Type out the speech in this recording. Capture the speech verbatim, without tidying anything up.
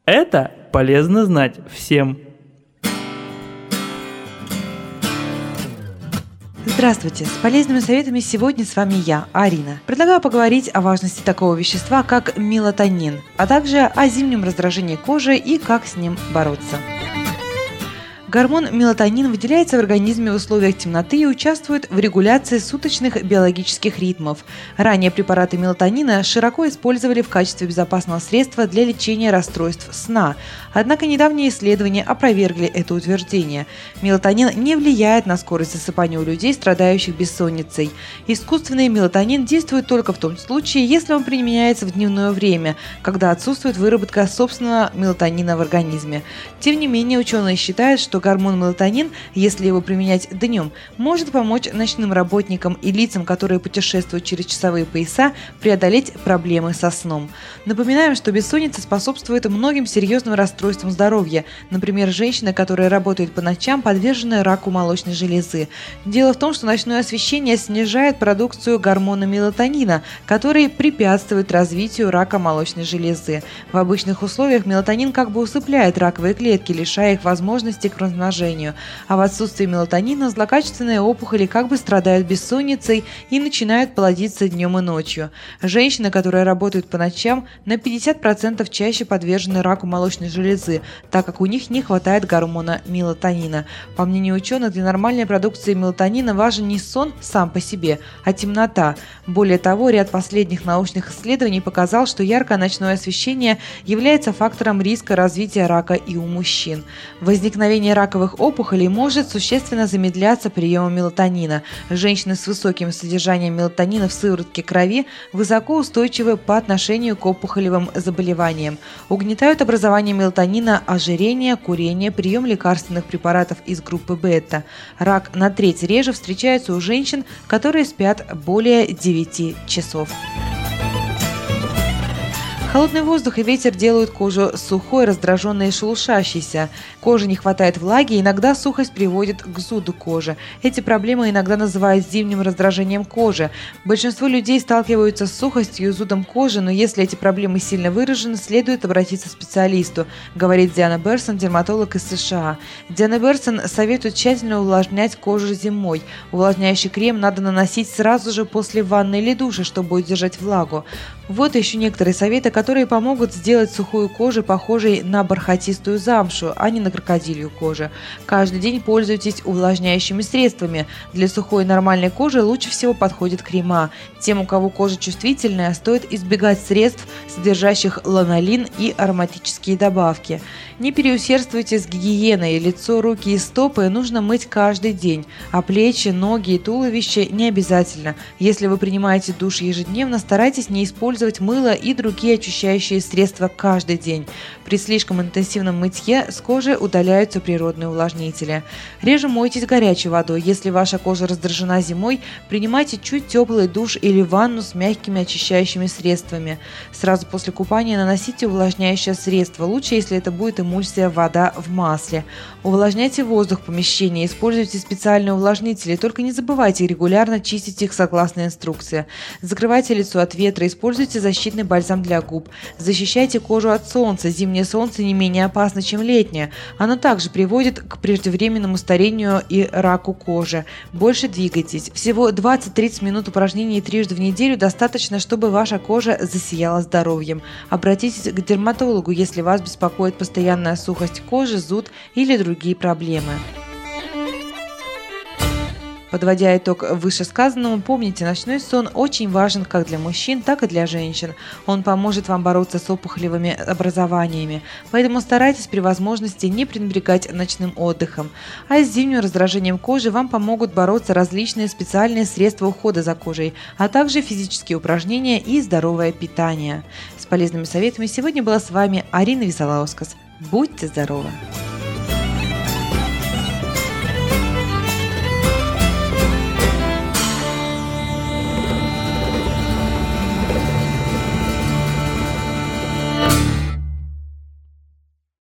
Это полезно знать всем. Здравствуйте! С полезными советами сегодня с вами я, Арина. Предлагаю поговорить о важности такого вещества, как мелатонин, а также о зимнем раздражении кожи и как с ним бороться. Гормон мелатонин выделяется в организме в условиях темноты и участвует в регуляции суточных биологических ритмов. Ранее препараты мелатонина широко использовали в качестве безопасного средства для лечения расстройств сна. Однако недавние исследования опровергли это утверждение. Мелатонин не влияет на скорость засыпания у людей, страдающих бессонницей. Искусственный мелатонин действует только в том случае, если он применяется в дневное время, когда отсутствует выработка собственного мелатонина в организме. Тем не менее, ученые считают, что гормон мелатонин, если его применять днем, может помочь ночным работникам и лицам, которые путешествуют через часовые пояса, преодолеть проблемы со сном. Напоминаем, что бессонница способствует многим серьезным расстройствам здоровья. Например, женщины, которые работают по ночам, подвержены раку молочной железы. Дело в том, что ночное освещение снижает продукцию гормона мелатонина, который препятствует развитию рака молочной железы. В обычных условиях мелатонин как бы усыпляет раковые клетки, лишая их возможности к размножению. А в отсутствии мелатонина злокачественные опухоли как бы страдают бессонницей и начинают плодиться днем и ночью. Женщины, которые работают по ночам, на пятьдесят процентов чаще подвержены раку молочной железы, так как у них не хватает гормона мелатонина. По мнению ученых, для нормальной продукции мелатонина важен не сон сам по себе, а темнота. Более того, ряд последних научных исследований показал, что яркое ночное освещение является фактором риска развития рака и у мужчин. Возникновение раковых опухолей может существенно замедляться приемом мелатонина. Женщины с высоким содержанием мелатонина в сыворотке крови высоко устойчивы по отношению к опухолевым заболеваниям. Угнетают образование мелатонина ожирение, курение, прием лекарственных препаратов из группы бета. Рак на треть реже встречается у женщин, которые спят более девяти часов. Холодный воздух и ветер делают кожу сухой, раздраженной и шелушащейся. Коже не хватает влаги, иногда сухость приводит к зуду кожи. Эти проблемы иногда называют зимним раздражением кожи. Большинство людей сталкиваются с сухостью и зудом кожи, но если эти проблемы сильно выражены, следует обратиться к специалисту, говорит Диана Берсон, дерматолог из США. Диана Берсон советует тщательно увлажнять кожу зимой. Увлажняющий крем надо наносить сразу же после ванны или душа, чтобы удержать влагу. Вот еще некоторые советы, которые помогут сделать сухую кожу похожей на бархатистую замшу, а не на крокодилью кожу. Каждый день пользуйтесь увлажняющими средствами. Для сухой и нормальной кожи лучше всего подходят крема. Тем, у кого кожа чувствительная, стоит избегать средств, содержащих ланолин и ароматические добавки. Не переусердствуйте с гигиеной. Лицо, руки и стопы нужно мыть каждый день, а плечи, ноги и туловище не обязательно. Если вы принимаете душ ежедневно, старайтесь не использовать мыло и другие очищающие средства каждый день. При слишком интенсивном мытье с кожи удаляются природные увлажнители. Реже мойтесь горячей водой. Если ваша кожа раздражена зимой, принимайте чуть теплый душ или ванну с мягкими очищающими средствами. Сразу после купания наносите увлажняющее средство. Лучше, если это будет эмульсия вода в масле. Увлажняйте воздух помещения, используйте специальные увлажнители, только не забывайте регулярно чистить их согласно инструкции. Закрывайте лицо от ветра, используйте защитный бальзам для губ. Защищайте кожу от солнца. Зимнее солнце не менее опасно, чем летнее. Оно также приводит к преждевременному старению и раку кожи. Больше двигайтесь. Всего двадцать-тридцать минут упражнений трижды в неделю достаточно, чтобы ваша кожа засияла здоровьем. Обратитесь к дерматологу, если вас беспокоит постоянная сухость кожи, зуд или другие проблемы. Подводя итог вышесказанному, помните, ночной сон очень важен как для мужчин, так и для женщин. Он поможет вам бороться с опухолевыми образованиями, поэтому старайтесь при возможности не пренебрегать ночным отдыхом. А с зимним раздражением кожи вам помогут бороться различные специальные средства ухода за кожей, а также физические упражнения и здоровое питание. С полезными советами сегодня была с вами Арина Висолаускас. Будьте здоровы!